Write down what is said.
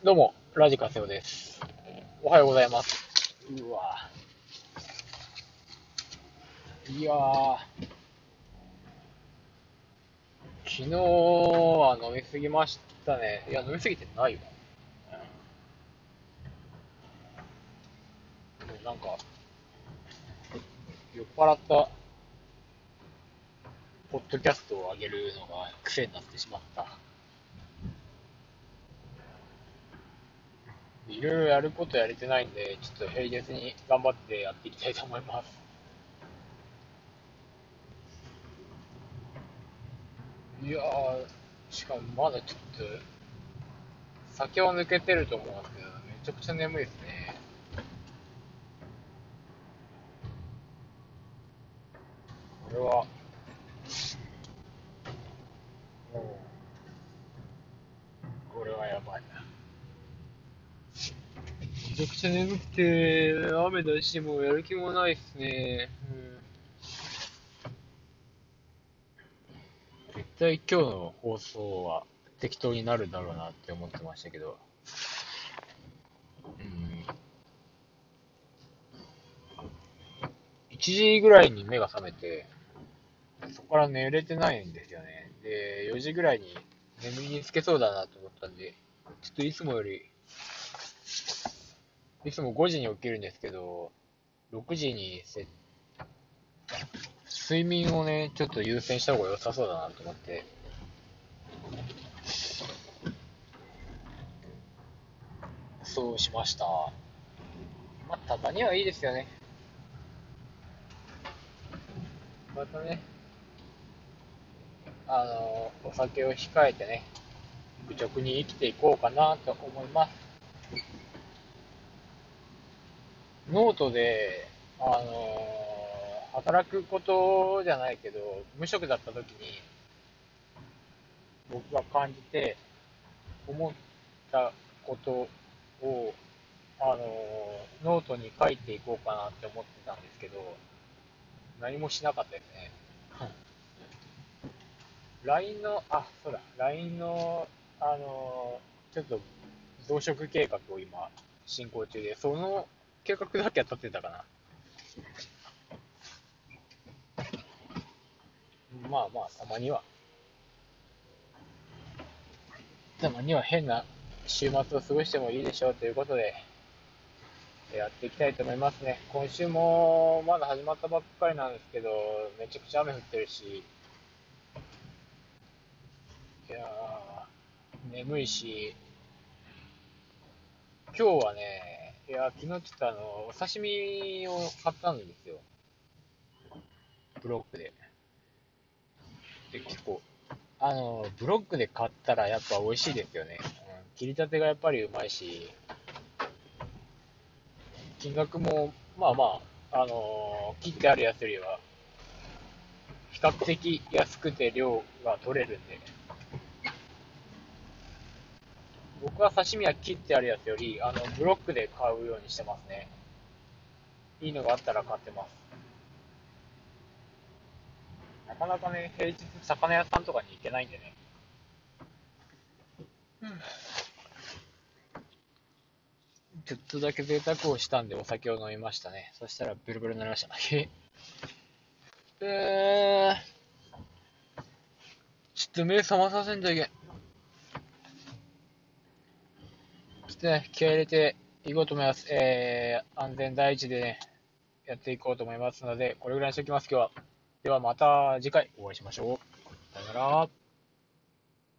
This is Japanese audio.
どうも、ラジカセオです。おはようございます。うわいや昨日は飲みすぎましたね。いや、飲みすぎてないわ。もうなんか、酔っ払ったポッドキャストを上げるのが癖になってしまった。いろいろやることやれてないんで、ちょっと平日に頑張ってやっていきたいと思います。いやしかもまだちょっと、酒を抜けてると思うんですけど、めちゃくちゃ眠いですね。これは、もこれはやばいな。めちゃくちゃ眠くて、雨だし、もうやる気もないっすね。絶対今日の放送は適当になるだろうなって思ってましたけど、うん、1時ぐらいに目が覚めて、そこから寝れてないんですよね。で、4時ぐらいに眠りにつけそうだなと思ったんで、ちょっといつもより、いつも5時に起きるんですけど、6時に睡眠をね、ちょっと優先した方が良さそうだなと思って、そうしました。まあ、たまにはいいですよね。またね、お酒を控えてね、愚直に生きていこうかなと思います。ノートで、働くことじゃないけど、無職だった時に僕が感じて思ったことを、ノートに書いていこうかなって思ってたんですけど、何もしなかったですね。LINE の、そうだ、LINE の、ちょっと増殖計画を今進行中で、その計画だけは立ってたかな。まあまあ、たまには変な週末を過ごしてもいいでしょうということで、やっていきたいと思いますね。今週もまだ始まったばっかりなんですけど、めちゃくちゃ雨降ってるし、いや眠いし、今日はね、昨日ちょっとお刺身を買ったんですよ。ブロックで。で、結構、ブロックで買ったらやっぱ美味しいですよね。切り立てがやっぱりうまいし、金額も、まあまあ、切ってあるやつよりは、比較的安くて量が取れるんで、僕は刺身は切ってあるやつより、ブロックで買うようにしてますね。いいのがあったら買ってます。なかなかね、平日魚屋さんとかに行けないんでね。ちょっとだけ贅沢をしたんでお酒を飲みましたね。そしたらブルブルになりました。ちょっと目覚まさせんといけん。ちょっとね、気合い入れていこうと思います。安全第一でね、やっていこうと思いますので、これぐらいにしておきます、今日は。ではまた次回お会いしましょう。さよなら。